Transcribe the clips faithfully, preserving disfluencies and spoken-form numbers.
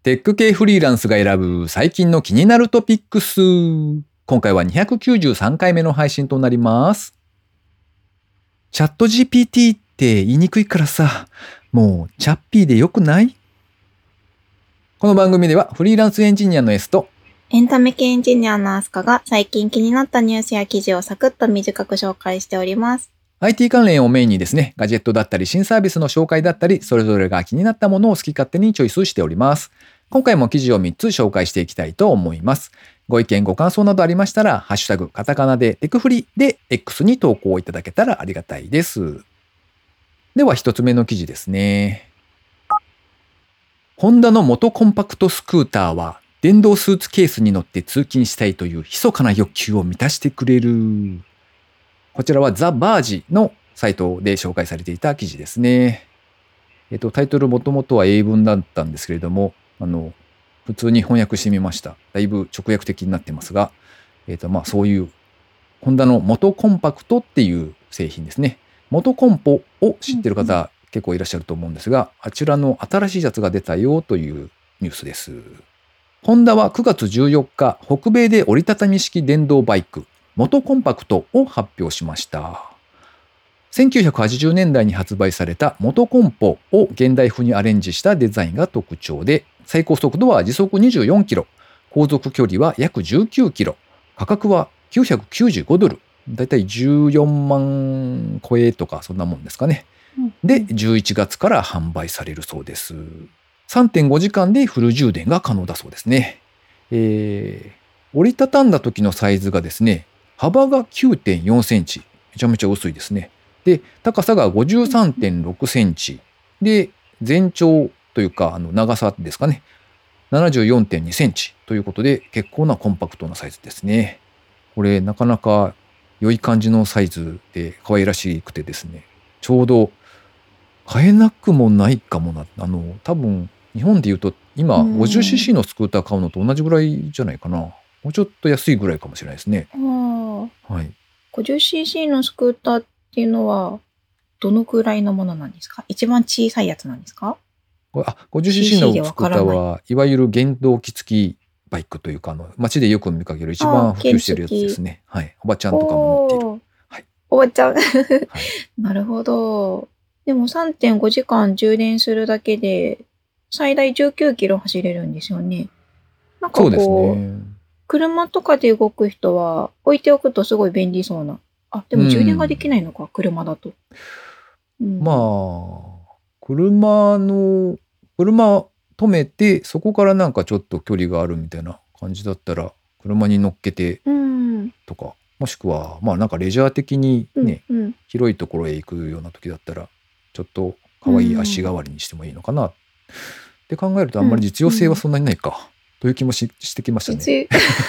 テック系フリーランスが選ぶ最近の気になるトピックス。今回はにひゃくきゅうじゅうさんかいめの配信となります。チャット ジーピーティー って言いにくいからさ、もうチャッピーでよくない？この番組ではフリーランスエンジニアの S とエンタメ系エンジニアのアスカが最近気になったニュースや記事をサクッと短く紹介しております。 アイティー 関連をメインにですね、ガジェットだったり新サービスの紹介だったり、それぞれが気になったものを好き勝手にチョイスしております。今回も記事をみっつ紹介していきたいと思います。ご意見ご感想などありましたら、ハッシュタグカタカナでテクフリで X に投稿いただけたらありがたいです。では一つ目の記事ですね。ホンダの元コンパクトスクーターは電動スーツケースに乗って通勤したいという密かな欲求を満たしてくれる。こちらはザ・バージのサイトで紹介されていた記事ですね。えっと、タイトルもともとは英文だったんですけれども、あの、普通に翻訳してみました。だいぶ直訳的になってますが、えっと、まあそういう、ホンダの元コンパクトっていう製品ですね。元コンポを知ってる方、うんうん、結構いらっしゃると思うんですが、あちらの新しいやつが出たよというニュースです。ホンダはくがつじゅうよっか、北米で折りたたみ式電動バイク、元コンパクトを発表しました。せんきゅうひゃくはちじゅうねんだいに発売された元コンポを現代風にアレンジしたデザインが特徴で、最高速度は時速にじゅうよんキロ、航続距離は約じゅうきゅうキロ、価格はきゅうひゃくきゅうじゅうごドル、だいたいじゅうよんまん超えとかそんなもんですかね。で、じゅういちがつから販売されるそうです。さんてんごじかんでフル充電が可能だそうですね。えー、折りたたんだ時のサイズがですね、幅が きゅうてんよんセンチ。めちゃめちゃ薄いですね。で、高さが ごじゅうさんてんろくセンチ。で、全長というか、あの長さですかね。ななじゅうよんてんにセンチということで、結構なコンパクトなサイズですね。これ、なかなか良い感じのサイズで可愛らしくてですね。ちょうど買えなくもないかもな。あの、多分、日本で言うと、今、ごじゅうシーシー のスクーター買うのと同じぐらいじゃないかな。もうちょっと安いぐらいかもしれないですね。 はい。 ごじゅうシーシー のスクーターっていうのは、どのくらいのものなんですか？一番小さいやつなんですか？ あ、ごじゅうシーシー のスクーターは、いわゆる原動機付きバイクというか、あの、街でよく見かける一番普及しているやつですね。はい。おばちゃんとかも乗っている。はい。 おばちゃん。はい、なるほど。でも さんてんごじかん充電するだけで、最大じゅうきゅうキロ走れるんですよね。なんかこう、そうですね。車とかで動く人は置いておくとすごい便利そうな。あ、でも充電ができないのか、うん、車だと。 うん、まあ、車の、車止めて、そこからなんかちょっと距離があるみたいな感じだったら、車に乗っけてとか、うん、もしくは、まあなんかレジャー的にね、うんうん、広いところへ行くような時だったら、ちょっと可愛い足代わりにしてもいいのかなって考えると、あんまり実用性はそんなにないか。うんうんという気も し, してきましたね。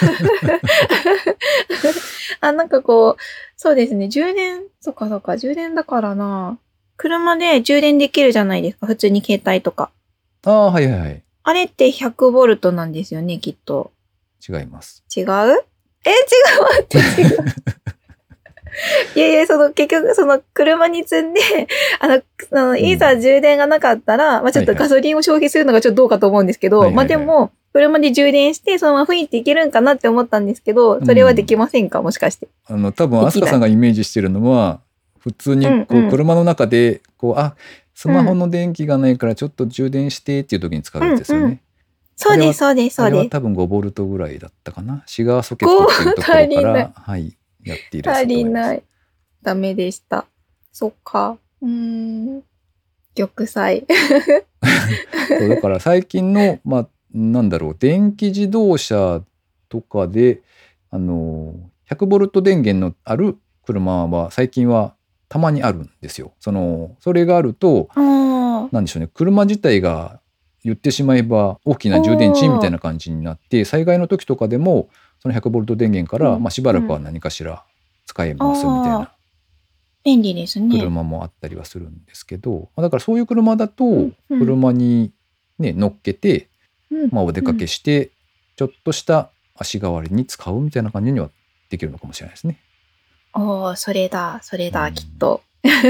あ、なんかこう、そうですね。充電、そっかそっか、充電だからな。車で充電できるじゃないですか。普通に携帯とか。 ああ、はいはいはい。 あれってひゃくボルトなんですよね、きっと。 違います。 違う？え、違う待って違う。いやいや、その、結局、その、車に積んで、あの、あのいざ充電がなかったら、うん、まあちょっとガソリンを消費するのがちょっとどうかと思うんですけど、はいはい、まあでも、車で充電して、そのまま雰囲気いけるんかなって思ったんですけど、それはできませんか、うん、もしかして。 あの、多分、アスカさんがイメージしてるのは、普通に、こう、車の中で、こう、あ、スマホの電気がないからちょっと充電してっていう時に使うやつですよね。うんうん、 そうです、そうです、そうです。 あれは多分ごボルトぐらいだったかな。シガーソケットっていうところから、はい、やっているやつだと思います。 足りない。ダメでした。そっか。うーん。玉砕。 そうだから最近の、まあ、なんだろう、電気自動車とかで、あの、ひゃくボルト電源のある車は最近はたまにあるんですよ。その、それがあると、なんでしょうね、車自体が言ってしまえば大きな充電池みたいな感じになって、災害の時とかでも、そのひゃくボルト電源から、うん、まあ、しばらくは何かしら使えますみたいな。 便利ですね。 車もあったりはするんですけど、だからそういう車だと、車にね、乗っけて、まあお出かけして、ちょっとした足代わりに使うみたいな感じにはできるのかもしれないですね。 おー、それだ、それだ、きっと。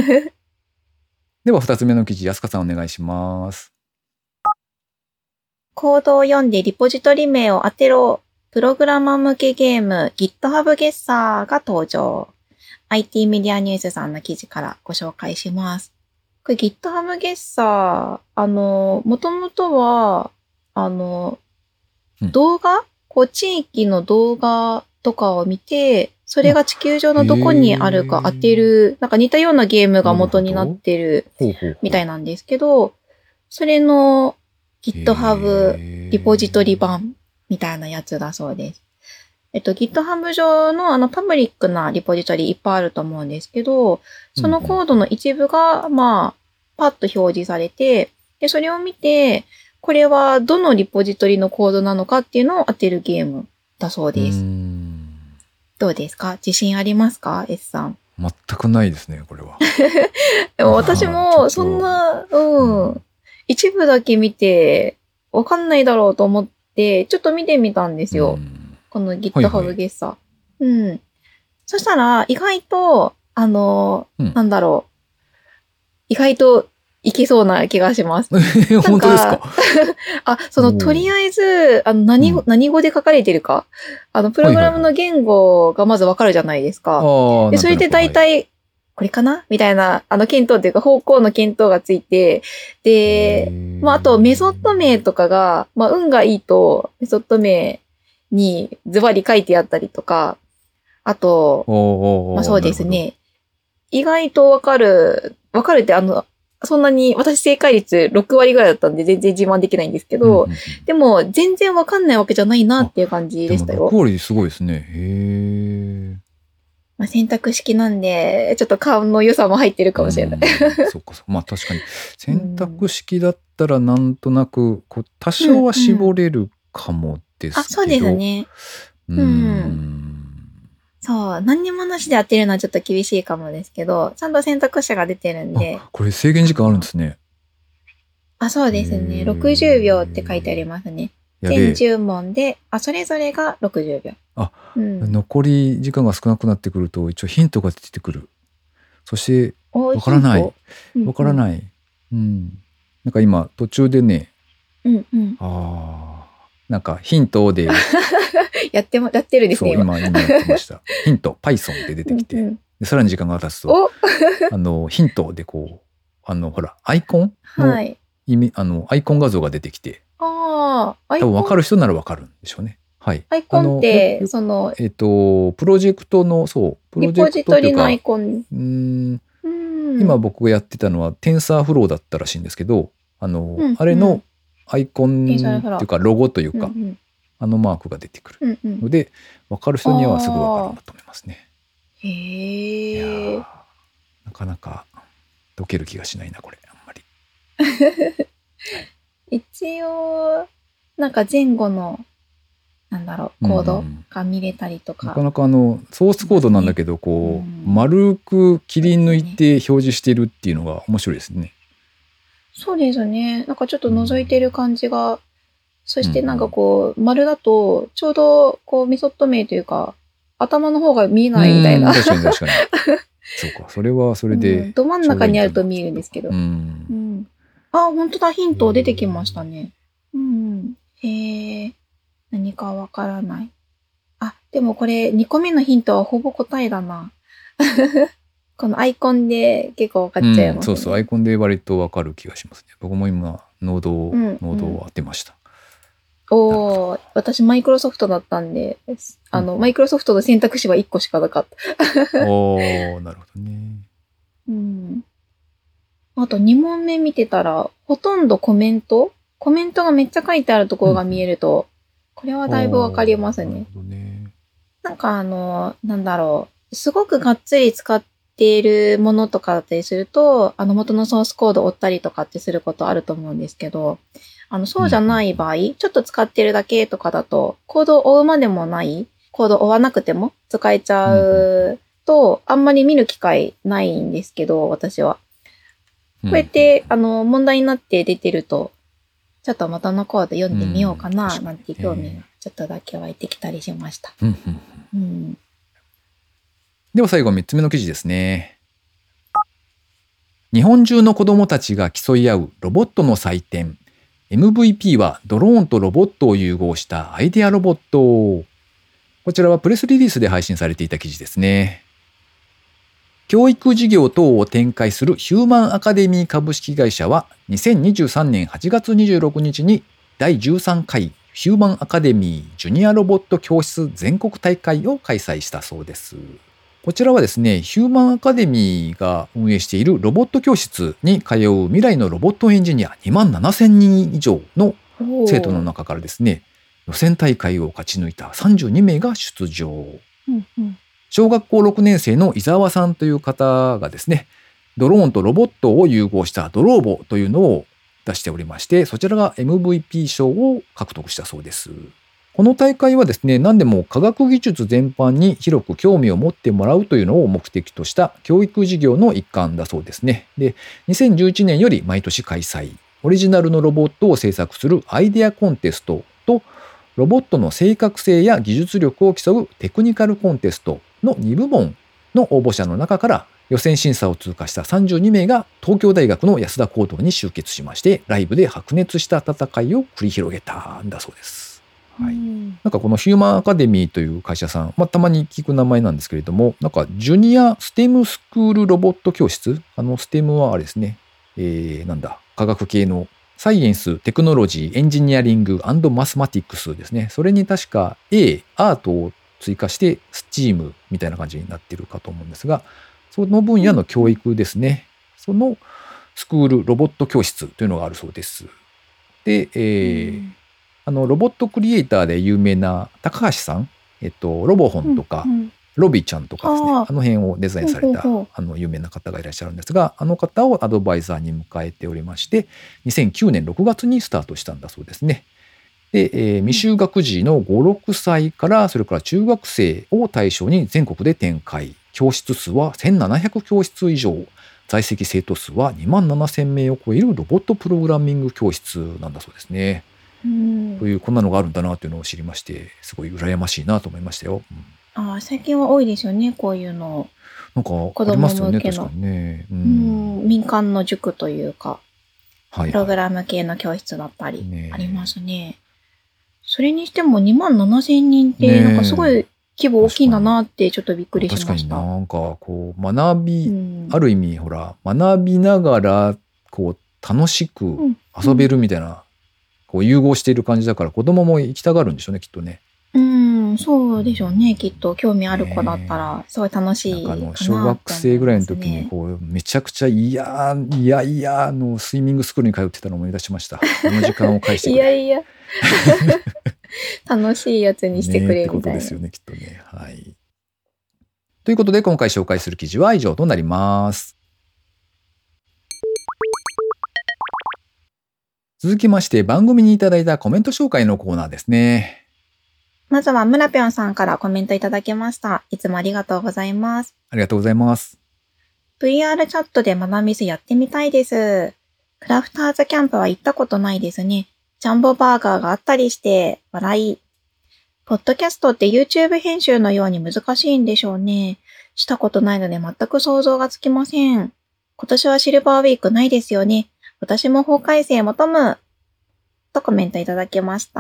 ではふたつめの記事、安香さんお願いします。 コードを読んでリポジトリ名を当てろ。プログラマー向けゲーム GitHub ゲッサーが登場。アイティー メディアニュースさんの記事からご紹介します。これ GitHub ゲッサー、あの、もともとは、あの、 うん動画こう地域の動画とかを見て、それが地球上のどこにあるか当てる、なんか似たようなゲームが元になってるほうほうほうみたいなんですけど、それの GitHub リポジトリ版みたいなやつだそうです。えっと、GitHub 上のあのパブリックなリポジトリいっぱいあると思うんですけど、そのコードの一部が、まあ、パッと表示されて、で、それを見て、これはどのリポジトリのコードなのかっていうのを当てるゲームだそうです。 うーんどうですか？自信ありますか？ S さん。 全くないですね、これは。 でも私あーちょっも、 とそんな、うん、 うん一部だけ見て、わかんないだろうと思って、ちょっと見てみたんですよ。 うんこのはいは GitHub いゲッサー。うん。そしたら、意外と、あの、 うんなんだろう。意外といけそうな気がします。 本当ですか？ あ、その、 おーとりあえず、あの、何語、 うん何語で書かれてるかあの、プログラムの言語がまずわかるじゃないですか。 ああ、 で、それで大体、これかなみたいな、あの、検討っていうか、方向の検討がついて、で、まあ、あと、メソッド名とかが、まあ、運がいいと、メソッド名にズバリ書いてあったりとか、あと、まあ、そうですね。意外とわかる、わかるって、あの、そんなに、私正解率ろくわりぐらいだったんで全然自慢できないんですけど、 うんうんうんでも、全然わかんないわけじゃないなっていう感じでしたでもろくよ。 割すごいですね。へえ。 まあ、選択式なんで、ちょっと勘の良さも入ってるかもしれない。 うんそっかそっか。まあ確かに選択式だったらなんとなくこう多少は絞れるかもですけど。 あ、そうですね。 うーん。 そう、何にもなしで当てるのはちょっと厳しいかもですけど、ちゃんと選択肢が出てるんで。 あ、これ制限時間あるんですね。 あ、そうですね。ろくじゅうびょうって書いてありますね。全じゅう問で、あ、それぞれがろくじゅうびょう。 あ、 うん、 残り時間が少なくなってくると一応ヒントが出てくる。そしてわからない。わからい。 ない。うん。なんか今途中でね、 うんうん、 ああ、なんかヒントでやってもやってるんですね。 そう今今やってました。ヒント Python で出てきて、うんうん、でさらに時間が経つとあのヒントでこうあのほらアイコンの意味、はい、あのアイコン画像が出てきて、 ああ、 多分分かる人なら分かるんでしょうね。はい。 アイコンってそのえっ、ー、とプロジェクトのそうプロジェクトというか、リポジトリのアイコン。うーん今僕がやってたのはテンサーフローだったらしいんですけど、あの、うんうん、あれのアイコンっていうかロゴというか、うんうん、あのマークが出てくるので、うんうん、分かる人にはすぐ分かるんだと思いますね。 へえ。 なかなか解ける気がしないなこれあんまり。 一応なんか前後のなんだろうコードが見れたりとか、 うん、なかなかあのソースコードなんだけどこう、うん、丸く切り抜いて表示してるっていうのが面白いですね。 そうですね。なんかちょっと覗いてる感じが、うん、そしてなんかこう丸だとちょうどこうメソッド名というか頭の方が見えないみたいな。 確かに確かに。そうか、それはそれで、 うん。ど真ん中にあると見えるんですけど。うんうん、あ、本当だ、ヒント出てきましたね。うん、へえ、何かわからない。あ、でもこれにこめのヒントはほぼ答えだな。このアイコンで結構わかっちゃいますね、うん。 そうそう、アイコンで割とわかる気がしますね。僕も今、ノードを、うんうん、ノードを当てました。 おー、私マイクロソフトだったんで、あの、うん、マイクロソフトの選択肢はいっこしかなかった。 おー、なるほどね。 うん。あとに問目見てたら、ほとんどコメントコメントがめっちゃ書いてあるところが見えると、うん、これはだいぶわかりますね。なるほどね。なんかあの、なんだろう、すごくがっつり使っているものとかだったりすると、あの元のソースコードを追ったりとかってすることあると思うんですけど、あの、そうじゃない場合、うん、ちょっと使ってるだけとかだと、コードを追うまでもない、コードを追わなくても使えちゃうと、あんまり見る機会ないんですけど、私は。こうやって、うん、あの、問題になって出てると、ちょっと元のコード読んでみようかな、なんて興味がちょっとだけ湧いてきたりしました。 うんうんうん、では最後みっつめの記事ですね。日本中の子どもたちが競い合うロボットの祭典。 エムブイピー はドローンとロボットを融合したアイデアロボット。こちらはプレスリリースで配信されていた記事ですね。教育事業等を展開するヒューマンアカデミー株式会社はにせんにじゅうさんねんはちがつにじゅうろくにちにだいじゅうさんかいヒューマンアカデミージュニアロボット教室全国大会を開催したそうです。こちらはですね、ヒューマンアカデミーが運営しているロボット教室に通う未来のロボットエンジニアにまんななせんにん以上の生徒の中からですね、予選大会を勝ち抜いたさんじゅうにめいが出場。 うんうん、 小学校ろくねんせいの伊沢さんという方がですね、ドローンとロボットを融合したドローボというのを出しておりまして、そちらが エムブイピー 賞を獲得したそうです。この大会はですね、何でも科学技術全般に広く興味を持ってもらうというのを目的とした教育事業の一環だそうですね。で、にせんじゅういちねんより毎年開催。オリジナルのロボットを制作するアイデアコンテストと、ロボットの正確性や技術力を競うテクニカルコンテストのにぶもんの応募者の中から予選審査を通過したさんじゅうにめいが東京大学の安田講堂に集結しまして、ライブで白熱した戦いを繰り広げたんだそうです。はい、なんかこのヒューマンアカデミーという会社さん、まあ、たまに聞く名前なんですけれども、なんかジュニアステムスクールロボット教室、あのステムはあれですね、えー、なんだ、科学系のサイエンス、テクノロジー、エンジニアリング&マスマティックスですね。それに確か A、アートを追加してスチームみたいな感じになってるかと思うんですが、その分野の教育ですね。そのスクールロボット教室というのがあるそうです。で、えーうんあのロボットクリエイターで有名な高橋さん、えっと、ロボホンとか、うんうん、ロビちゃんとかですね、あ, あの辺をデザインされたあの有名な方がいらっしゃるんですが、あの方をアドバイザーに迎えておりまして、にせんきゅうねんろくがつにスタートしたんだそうですね。で、えー、未就学児のご、ろくさいからそれから中学生を対象に全国で展開。教室数はせんななひゃくきょうしつ以上。在籍生徒数はにまんななせんめいを超えるロボットプログラミング教室なんだそうですね。うん、というこんなのがあるんだなというのを知りまして、すごい羨ましいなと思いましたよ。 うん、ああ、最近は多いですよね、こういうの。 なんかありますよね、確かにね。 うん、民間の塾というか、はいはい、プログラム系の教室だったりありますね。ねそれにしてもにまんななせんにんってなんかすごい規模大きいんだなってちょっとびっくりしました。 確かになんかこう学び、うん、ある意味ほら学びながらこう楽しく遊べるみたいな。うんうんこう融合している感じだから子供も行きたがるんでしょうねきっとね。 うん、そうでしょうねきっと興味ある子だったらすごい楽しいかなと思いますね。 小学生ぐらいの時にこうめちゃくちゃいやいやいやのスイミングスクールに通ってたのを思い出しました。この時間を返してくれ。 いやいや楽しいやつにしてくれみたいな、ね、ってことですよねきっとね。はい。ということで今回紹介する記事は以上となります。続きまして番組にいただいたコメント紹介のコーナーですね。 まずはむらぴょんさんからコメントいただきました。いつもありがとうございます。 ありがとうございます。 ブイアール チャットでマナミスやってみたいです。クラフターズキャンプは行ったことないですね。ジャンボバーガーがあったりして笑い。ポッドキャストって YouTube 編集のように難しいんでしょうね。したことないので全く想像がつきません。今年はシルバーウィークないですよね。私も法改正求むとコメントいただきました。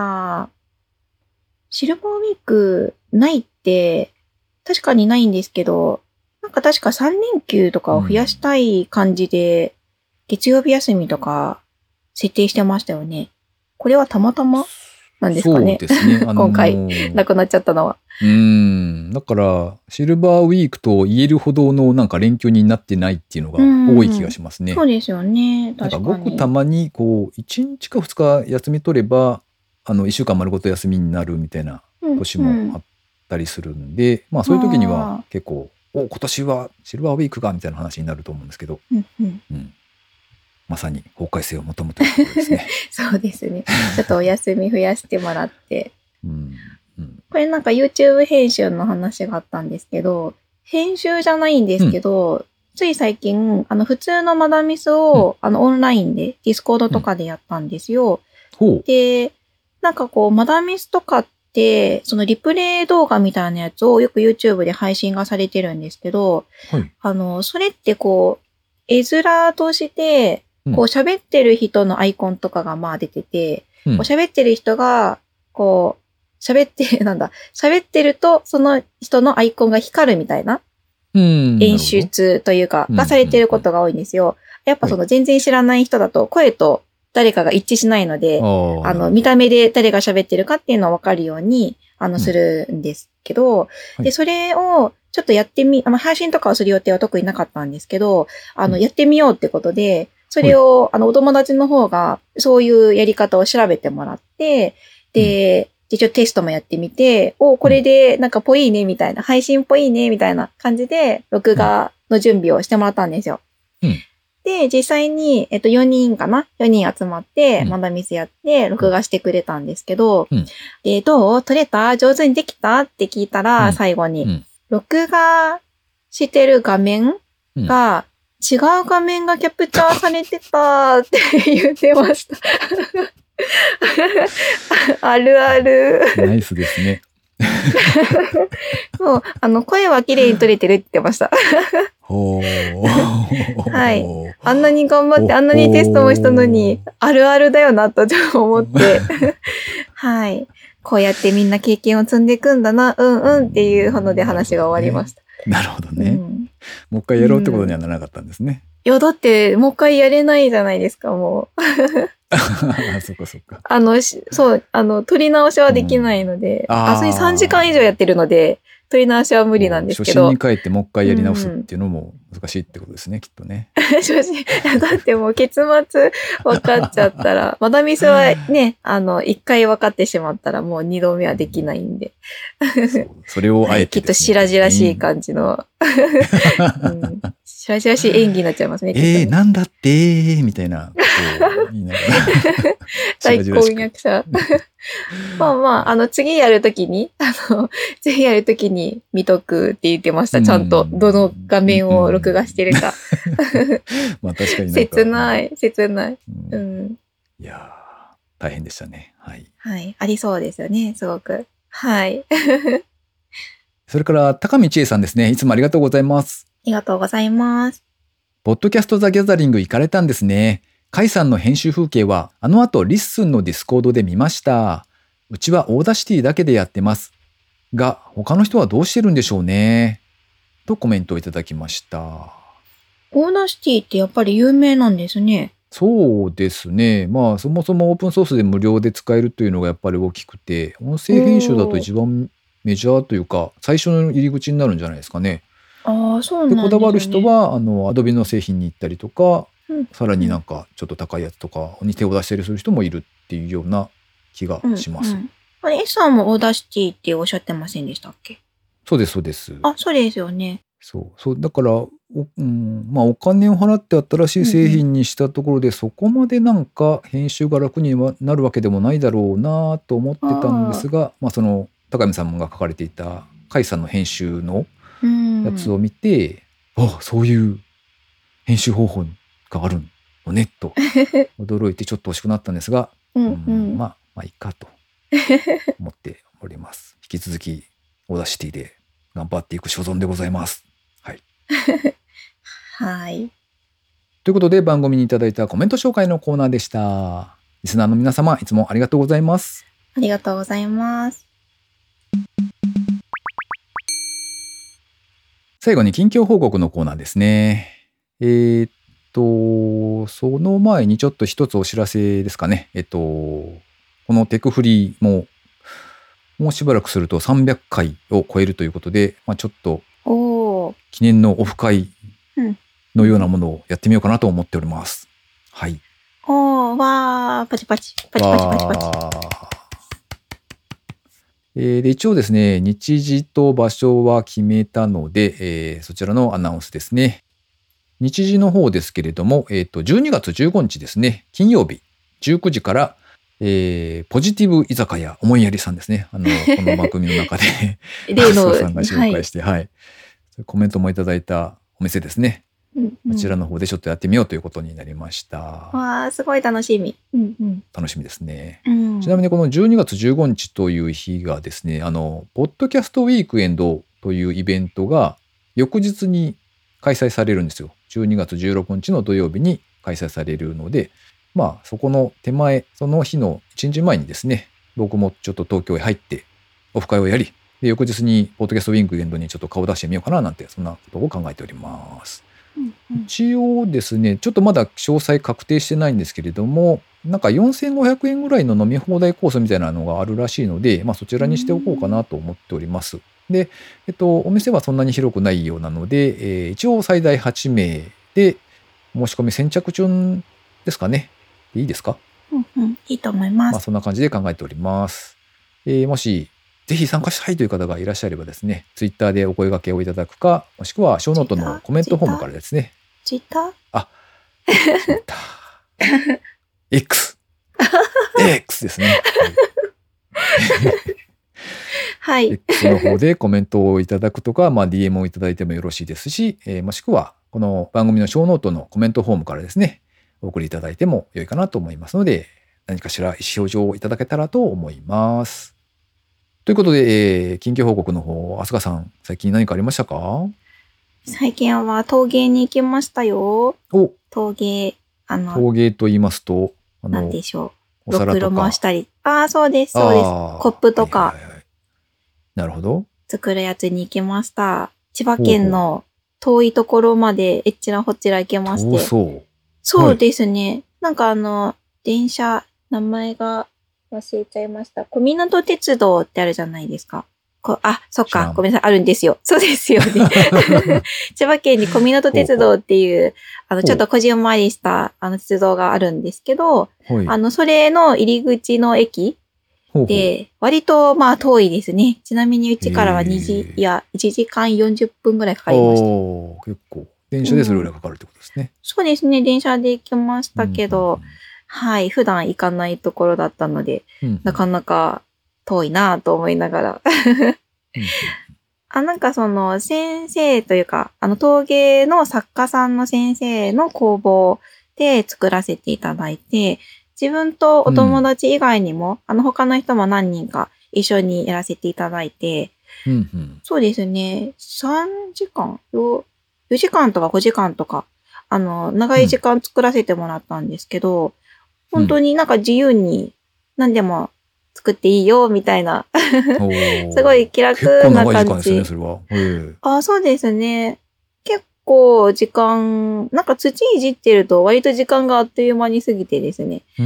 シルバーウィークないって確かにないんですけど、なんか確かさんれんきゅうとかを増やしたい感じで、うん、月曜日休みとか設定してましたよね。これはたまたまなんですかね。 そうですね。あのー、 今回なくなっちゃったのは。 うーん。だからシルバーウィークと言えるほどのなんか連休になってないっていうのが多い気がしますね。 そうですよね。確かに。 なんかごくたまにこういちにちかふつか休み取ればあのいっしゅうかん丸ごと休みになるみたいな年もあったりするんで、うんうん、まあそういう時には結構お今年はシルバーウィークがみたいな話になると思うんですけど、 うんうんうん、 まさに法改正を求むというところですね。 そうですね。ちょっとお休み増やしてもらって。 うんうん、 これなんか YouTube 編集の話があったんですけど、編集じゃないんですけど、うん、つい最近、あの普通のマダミスを、うん、あのオンラインで、ディスコードとかでやったんですよ。うん、で、なんかこう、マダミスとかって、そのリプレイ動画みたいなやつをよく YouTube で配信がされてるんですけど、はい、あの、それってこう、絵面として、 うんこう喋ってる人のアイコンとかがまあ出てて、 うんこう喋ってる人が、こう、喋って、なんだ、喋ってるとその人のアイコンが光るみたいなうん演出というか、 うんがされてることが多いんですよ。やっぱその全然知らない人だと声と誰かが一致しないので、あの、見た目で誰が喋ってるかっていうのをわかるように、あの、するんですけど、 はいで、それをちょっとやってみ、あの、配信とかをする予定は特になかったんですけど、あの、 うんやってみようってことで、それを、あの、お友達の方が、そういうやり方を調べてもらって、で、一応テストもやってみて、お、これでなんかぽいね、みたいな、配信ぽいね、みたいな感じで、録画の準備をしてもらったんですよ。 うんで、実際に、えっと、よにんかな ?よ 人集まって、 うんマダミスやって、録画してくれたんですけど、 うんで、どう撮れた上手にできたって聞いたら、 うん最後に、 うん録画してる画面うんが、違う画面がキャプチャーされてたって言ってました。あるある。 ナイスですね。 そう、あの、声は綺麗に撮れてるって言ってました。 ほー。 はいあんなに頑張って、あんなにテストもしたのに、あるあるだよなとちょっと思って。はい。こうやってみんな経験を積んでいくんだな、うんうんっていうので話が終わりました。 なるほどね、 うんもう一回やろうってことにはならなかったんですね。 いや、だって、もう一回やれないじゃないですか、もう。 そっかそっか。 あの、しそう、あの、撮り直しはできないので、 うんあーあ、それさんじかん以上やってるので、撮り直しは無理なんですけど初心に。帰ってもう一回やり直すっていうのも難しいってことですね、きっとね。 正直、だってもう結末分かっちゃったら、マダミスはね、あの、一回分かってしまったらもう二度目はできないんで。 そうそれをあえてきっとですね、 白々しい感じの、うん、白々しい演技になっちゃいますね。きっとねえー、なんだってーみたいなことを言いながら。 大白々しく婚約者。まあまあ、あの、次やるときに、あの、次やるときに見とくって言ってました。ちゃんと、どの画面を録画してるか。 まあ確かになんか切ない、切ない。 ううんん。 いやー大変でしたね。はい。 はい。ありそうですよね、すごく。はい。あそれから高見千恵さんですね。いつもありがとうございます。 りがとうございます。 ポッドキャストザギャザリング行かれたんですね。甲斐さんの編集風景はあの後リッスンのディスコードで見ました。うちはオーダーシティだけでやってます。が他の人はどうしてるんでしょうね。とコメントをいただきました。 オーダーシティってやっぱり有名なんですね。 そうですね。まあそもそもオープンソースで無料で使えるというのがやっぱり大きくて、音声編集だと一番メジャーというか最初の入り口になるんじゃないですかね。 ああ、そうなんでですね。 こだわる人はあの Adobe の製品に行ったりとか、 うんさらになんかちょっと高いやつとかに手を出したりする人もいるっていうような気がします。 うんうん、あれ、S さんもオーダーシティっておっしゃってませんでしたっけ？ そうですそうです。 あ、そうですよね。 そうそうだからお、うんまあ、お金を払って新しい製品にしたところで、そこまでなんか編集が楽になるわけでもないだろうなと思ってたんですが、まあ、その高見さんが書かれていた甲斐さんの編集のやつを見て、あそういう編集方法があるのねと驚いてちょっと惜しくなったんですが、 うんううんん、 まあまあいいかと思っております。引き続きオーダーシティで頑張っていく所存でございます。はい。 はい。 ということで番組にいただいたコメント紹介のコーナーでした。リスナーの皆様いつもありがとうございます。 ありがとうございます。 最後に近況報告のコーナーですね。えーっと、その前にちょっと一つお知らせですかね。えっと、このテクフリーも、もうしばらくするとさんびゃっかいを超えるということで、まあ、ちょっとおー。 記念のオフ会うんのようなものをやってみようかなと思っております。はい。 おー、わー、パチパチ、パチパチパチパチ。 わーえーで一応ですね、日時と場所は決めたので、えーそちらのアナウンスですね。日時の方ですけれども、えっと、じゅうにがつじゅうごにちですね、金曜日、じゅうくじから、えーポジティブ居酒屋思いやりさんですね。あの、この番組の中で、 例の、 マスオさんが紹介して、はい、コメントもいただいたお店ですね。 うんうんこちらの方でちょっとやってみようということになりました。 わー、すごい楽しみ。うんうん楽しみですね。 うん、 ちなみにこのじゅうにがつじゅうごにちという日がですね、あの、ポッドキャストウィークエンドというイベントが翌日に開催されるんですよ。じゅうにがつじゅうろくにちの土曜日に開催されるので、まあそこの手前、その日のいちにちまえにですね、僕もちょっと東京へ入ってオフ会をやり、で翌日にポッドキャストウィークエンドにちょっと顔出してみようかななんて、そんなことを考えております。 うんうん、 一応ですね、ちょっとまだ詳細確定してないんですけれども、なんかよんせんごひゃくえんぐらいの飲み放題コースみたいなのがあるらしいので、まあそちらにしておこうかなと思っております。で、えっと、お店はそんなに広くないようなので、えー、一応最大はちめいで申し込み先着順ですかね。いいですか？ うんうん、いいと思います。 まあそんな感じで考えております。えー、もし、ぜひ参加したいという方がいらっしゃればですね、ツイッターでお声掛けをいただくか、もしくはショーノートのコメントフォームからですね。 ツイッター？ あ、ツイッター。X。X ですね。 はい。 X の方でコメントをいただくとか、まあ ディーエム をいただいてもよろしいですし、えー、もしくはこの番組のショーノートのコメントフォームからですね、お送りいただいても良いかなと思いますので、何かしら意思表示をいただけたらと思います。ということで、えー、近況報告の方、飛鳥さん、最近何かありましたか？ 最近は陶芸に行きましたよ。 お、 陶芸、あの、 陶芸と言いますと、あの、 なんでしょう。 お皿とか。 ろくろ回したり。ああ、そうです、そうです。コップとか、 はいはいはい。なるほど。 作るやつに行きました。千葉県の遠いところまでえっちらほっちら行けまして。 そう。 そうですね。はい、なんかあの、電車、名前が忘れちゃいました。小湊鉄道ってあるじゃないですか。こあ、そっか。ごめんなさい。あるんですよ。そうですよね。千葉県に小湊鉄道っていう、あの、ちょっとこじんまりした、あの、鉄道があるんですけど、あの、それの入り口の駅で、割と、まあ、遠いですね。ちなみに、うちからはにじ、いや、いちじかんよんじゅっぷんぐらいかかりました。 おー、結構。電車でそれぐらいかかるってことですね。 うん、そうですね。電車で行きましたけど、うんうんうん、はい。普段行かないところだったので、うんうん、なかなか遠いなと思いながら。うん、あ、なんかその、先生というか、あの、陶芸の作家さんの先生の工房で作らせていただいて、自分とお友達以外にも、うん、あの、他の人も何人か一緒にやらせていただいて、 うんうん、 そうですね、さんじかん、よじかんとかごじかんとか、あの、長い時間作らせてもらったんですけど、うん、本当になんか自由に何でも作っていいよ、みたいな。すごい気楽な感じ。 結構長い時間ですね、それは。 あ、そうですね。結構時間、なんか土いじってると割と時間があっという間に過ぎてですね。 うん、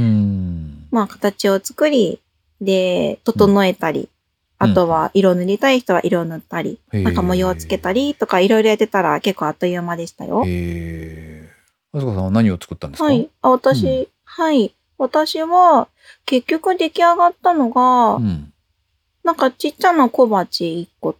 まあ形を作り、で、整えたり、うん、あとは色塗りたい人は色塗ったり、うん、なんか模様つけたりとかいろいろやってたら結構あっという間でしたよ。 へー。あすかさんは何を作ったんですか？ はい。あ、私、うん、はい。私は結局出来上がったのが、うん、なんかちっちゃな小鉢いっこと、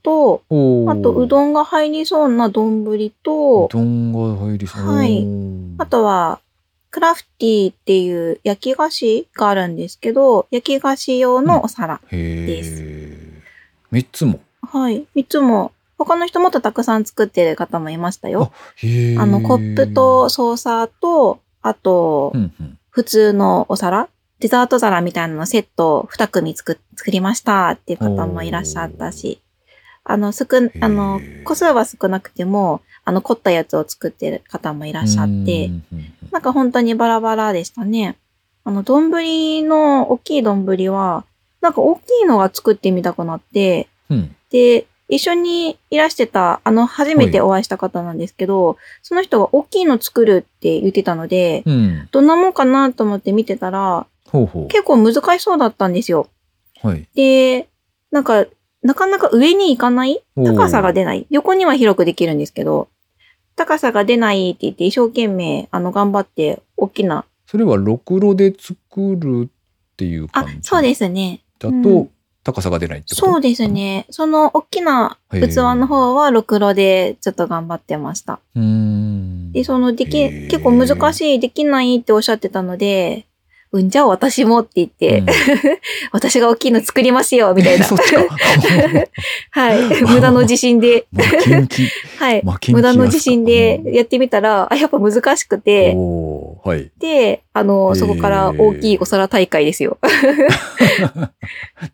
あとうどんが入りそうな丼と、 うどんが入りそう。 はい。あとは、クラフティっていう焼き菓子があるんですけど、焼き菓子用のお皿です。 うん、へみっつも。 はい。みっつも。他の人もっとたくさん作ってる方もいましたよ。 あ、へあの、コップとソーサーと、あと、うんうん、普通のお皿、デザート皿みたいなのセットをに組作、作りましたっていう方もいらっしゃったし、あの、少、あの、個数は少なくても、あの、凝ったやつを作ってる方もいらっしゃって、なんか本当にバラバラでしたね。あの、丼の、大きい丼は、なんか大きいのが作ってみたくなって、 うん、 で、一緒にいらしてた、あの、初めてお会いした方なんですけど、はい、その人が大きいの作るって言ってたので、 うん、 どんなもんかなと思って見てたら、 ほうほう結構難しそうだったんですよ。 はい、 で、なんか、なかなか上に行かない高さが出ない。横には広くできるんですけど、高さが出ないって言って一生懸命、あの、頑張って大きな。 それはろくろで作るっていう感じ？ あ、そうですね。 だと、うん、高さが出ないってこと？ そうですね。その大きな器の方はろくろでちょっと頑張ってました。 うーんで、そのでき、結構難しい、できないっておっしゃってたので、うん、じゃあ私もって言って、うん、私が大きいの作りますよ、みたいな。 そっちか。 はい。無駄の自信で。はい。無駄の自信でやってみたら、あ、やっぱ難しくて。 おはい。 で、あの、そこから大きいお皿大会ですよ。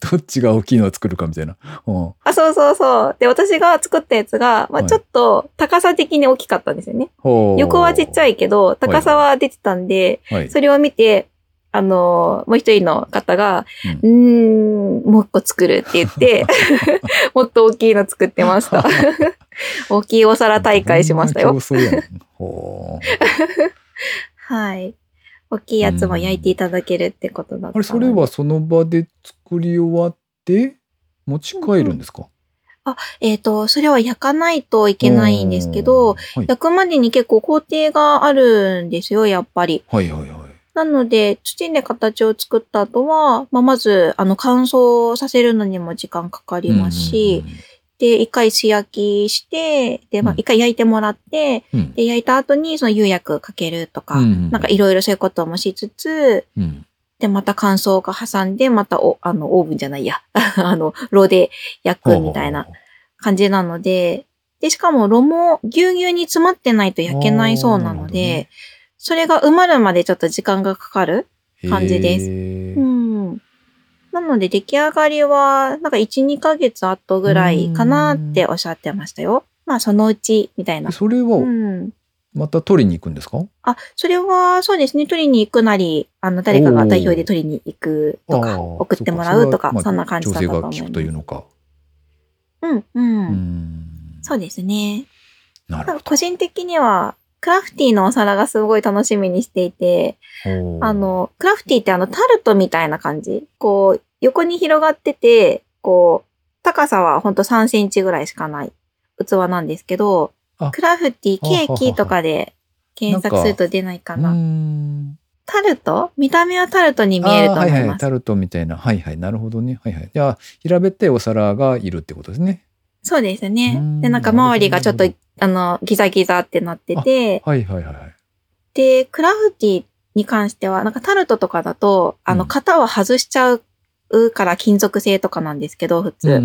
どっちが大きいのを作るかみたいな。うん、 あ、そうそうそう。で、私が作ったやつが、まあ、ちょっと高さ的に大きかったんですよね。 はい、 横はちっちゃいけど、高さは出てたんで、はいはい、それを見て、あの、もう一人の方が、うん、うーん、もう一個作るって言って、もっと大きいの作ってました。大きいお皿大会しましたよ。 競争やん。ほーはい。大きいやつも焼いていただけるってことだったので。 あれ、それはその場で作り終わって持ち帰るんですか？うんうん、あ、えっと、それは焼かないといけないんですけど、はい、焼くまでに結構工程があるんですよ、やっぱり。 はいはいはい。 なので、土で形を作った後は、まあ、まず、あの、乾燥させるのにも時間かかりますし、うんうんうん、で、一回素焼きして、で、まあ、一回焼いてもらって、うん、で、焼いた後にその釉薬かけるとか、うんうん、なんかいろいろそういうこともしつつ、うん、で、また乾燥が挟んで、またお、あの、オーブンじゃないや、あの、炉で焼くみたいな感じなので、で、しかも炉もぎゅうぎゅうに詰まってないと焼けないそうなので、それが埋まるまでちょっと時間がかかる感じです。うん。なので出来上がりは、なんかいち、にかげつ後ぐらいかなっておっしゃってましたよ。まあそのうちみたいな。 それは、また取りに行くんですか？うん、 あ、それはそうですね。取りに行くなり、あの、誰かが代表で取りに行くとか、送ってもらうとか、そ, そんな感じだったと思います。 調整が効くというのか。 うん、うん。うんそうですね。 なるほど。 個人的には、クラフティのお皿がすごい楽しみにしていて、あの、クラフティってあのタルトみたいな感じ。こう、横に広がってて、こう、高さはほんとさんセンチぐらいしかない器なんですけど、クラフティケーキとかで検索すると出ないかな。タルト？見た目はタルトに見えると思います。 はいはい、タルトみたいな。はいはい、なるほどね。はいはい。じゃあ、平べったいお皿がいるってことですね。 そうですね。で、なんか周りがちょっと、あの、ギザギザってなってて、 はいはいはい。 で、クラフティに関しては、なんかタルトとかだと、あの、型を外しちゃうから金属製とかなんですけど、普通。うん、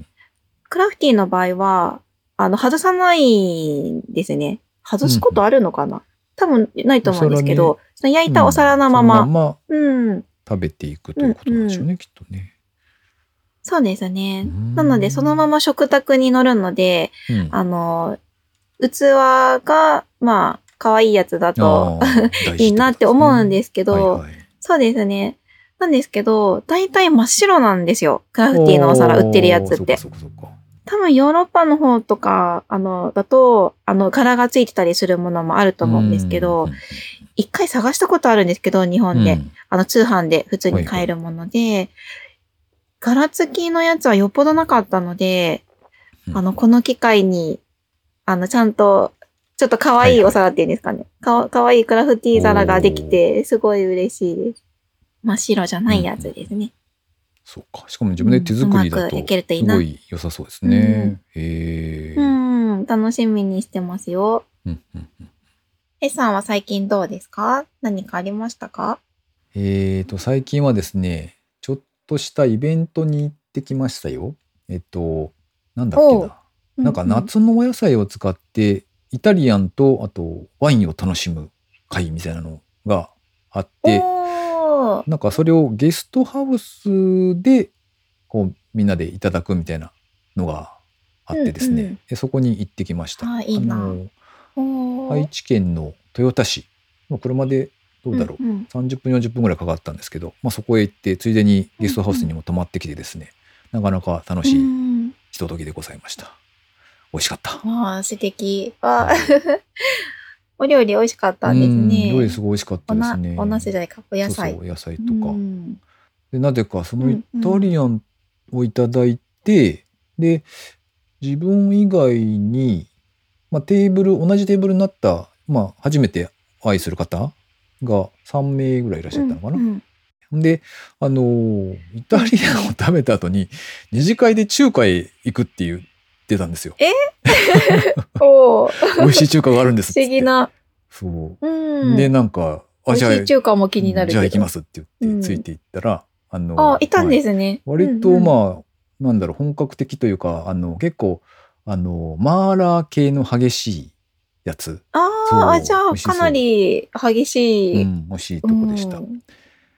クラフティの場合は、あの、外さないんですね。外すことあるのかな、うん、多分ないと思うんですけど、その焼いたお皿のまま、 うん、ままうん、 食べていくということなんでしょうね、うん、きっとね。 そうですね。なので、そのまま食卓に乗るので、うん、あの、器が、まあ、可愛いやつだといいなって思うんですけど、はいはい、そうですね。なんですけど、大体真っ白なんですよ。クラフティのお皿売ってるやつって。 そうかそうかそうか。 多分ヨーロッパの方とか、あの、だと、あの、柄がついてたりするものもあると思うんですけど、一回探したことあるんですけど、日本で。うん、あの、通販で普通に買えるもので、はいはい、柄付きのやつはよっぽどなかったので、うん、あの、この機会に、あの、ちゃんと、ちょっと可愛いお皿っていうんですかね。はいはい、か, かわいいクラフティー皿ができて、すごい嬉しいです。真っ白じゃないやつですね。うん、 そうか。しかも自分で手作りだと、すごい良さそうですね。うん、へー。うん、楽しみにしてますよ。 うんうんうん、 A さんは最近どうですか？何かありましたか？ えーと、最近はですね、ちょっとしたイベントに行ってきましたよ。えっと、なんだっけな。うん、なんか夏のお野菜を使って、イタリアンと、あとワインを楽しむ会みたいなのがあって、なんかそれをゲストハウスで、こう、みんなでいただくみたいなのがあってですね、うんうん、でそこに行ってきました。 あ、いいな。あの、愛知県の豊田市、車でどうだろう、うんうん、さんじゅっぷんよんじゅっぷんぐらいかかったんですけど、まあ、そこへ行ってついでにゲストハウスにも泊まってきてですね、うんうん、なかなか楽しいひとときでございました。美味しかった。 ああ、素敵。あお料理美味しかったんですね。 料理すごい美味しかったですね。 おなすじゃないか、お野菜。 そうそう、お野菜とか。で、なぜかそのイタリアンをいただいて、うんうん、で、自分以外に、まあ、テーブル、同じテーブルになった、まあ、初めてお会いする方がさんめいぐらいいらっしゃったのかな。うんうん、で、あのー、イタリアンを食べた後に、二次会で中華へ行くって言ってたんですよ。 えお美味しい中華があるんですっつって。 不思議な。 そう。うん、で、なんか、 あ、じゃあ、美味しい中華も気になるけど。 じゃあ行きますって言って、ついていったら、 うん、 あの、 あ、いたんですね。 はい、割と、まあ、うんうん、なんだろう、本格的というか、あの、結構、あの、マーラー系の激しいやつ。 ああ、じゃあ、かなり激しい。 うん、美味しいとこでした。うん、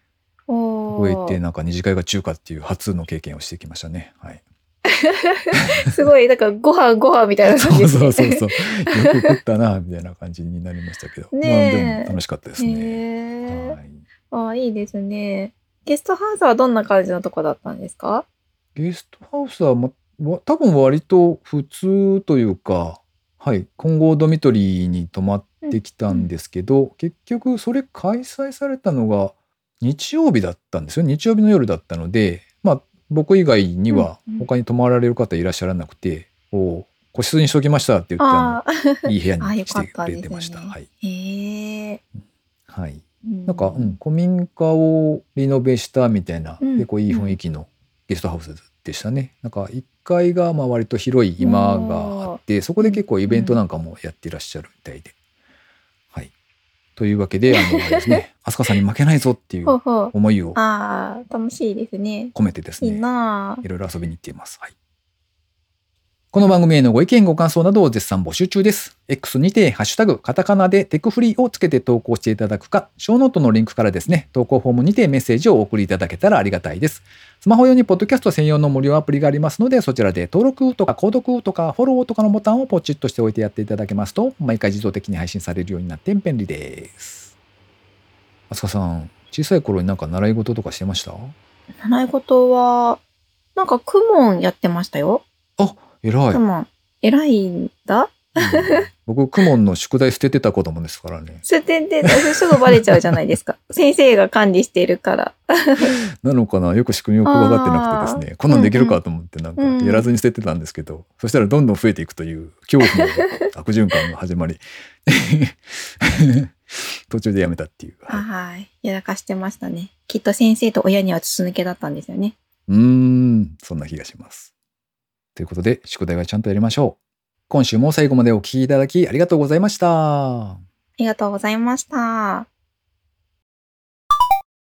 お覚えて、なんか二次会が中華っていう初の経験をしてきましたね。はい。 すごい、なんかご飯ご飯みたいな感じですね。 そうそうそうそう。よく食ったな、みたいな感じになりましたけど。 ねえ。 まあでも楽しかったですね。 へはい。 ああ、いいですね。ゲストハウスはどんな感じのとこだったんですか？ ゲストハウスは、ま、わ多分割と普通というか、はい、混合ドミトリーに泊まってきたんですけど、結局それ開催されたのが日曜日だったんですよ。日曜日の夜だったので、まあ僕以外にはうんうん他に泊まられる方いらっしゃらなくて、こう個室にしときましたって言って、あああ、 のいい部屋あ、よにしてくかったですれてました。 ね。 はい。 へえ。 はい。 うんなんか、うん、古民家をリノベしたみたいな、 うん結構いい雰囲気のゲストハウスでしたね。なんかいっかいがまあ割と広い居間があって、そこで結構イベントなんかもやっていらっしゃるみたいで。はい。というわけで、あの、あれですね、飛鳥さんに負けないぞっていうほうほう。 思いをああ、楽しいですね。 込めてですいいね、 なあ。 いろいろ遊びに行っています。はい。この番組へのご意見ご感想などを絶賛募集中です。X にてハッシュタグカタカナでテクフリーをつけて投稿していただくか、ショーノートのリンクからですね、投稿フォームにてメッセージをお送りいただけたらありがたいです。スマホ用にポッドキャスト専用の無料アプリがありますので、そちらで登録とか購読とかフォローとかのボタンをポチッとしておいてやっていただけますと、毎回自動的に配信されるようになって便利です。あすかさん、小さい頃になんか習い事とかしてました？ 習い事は、なんかクモンやってましたよ。 あ、偉い。 クモン。偉いんだ。 うん僕、クモンの宿題捨ててた子供ですからね。 捨てて、すぐバレちゃうじゃないですか。先生が管理しているから。 なのかな、よく仕組みよく分かってなくてですね、こんなんできるかと思ってなんかうんうんやらずに捨ててたんですけど、そしたらどんどん増えていくという恐怖の悪循環が始まり途中でやめたっていう、はい、 はい。やらかしてましたね。きっと先生と親には筒抜けだったんですよね。 うーんそんな気がします。ということで宿題はちゃんとやりましょう。今週も最後までお聞きいただきありがとうございました。 ありがとうございました。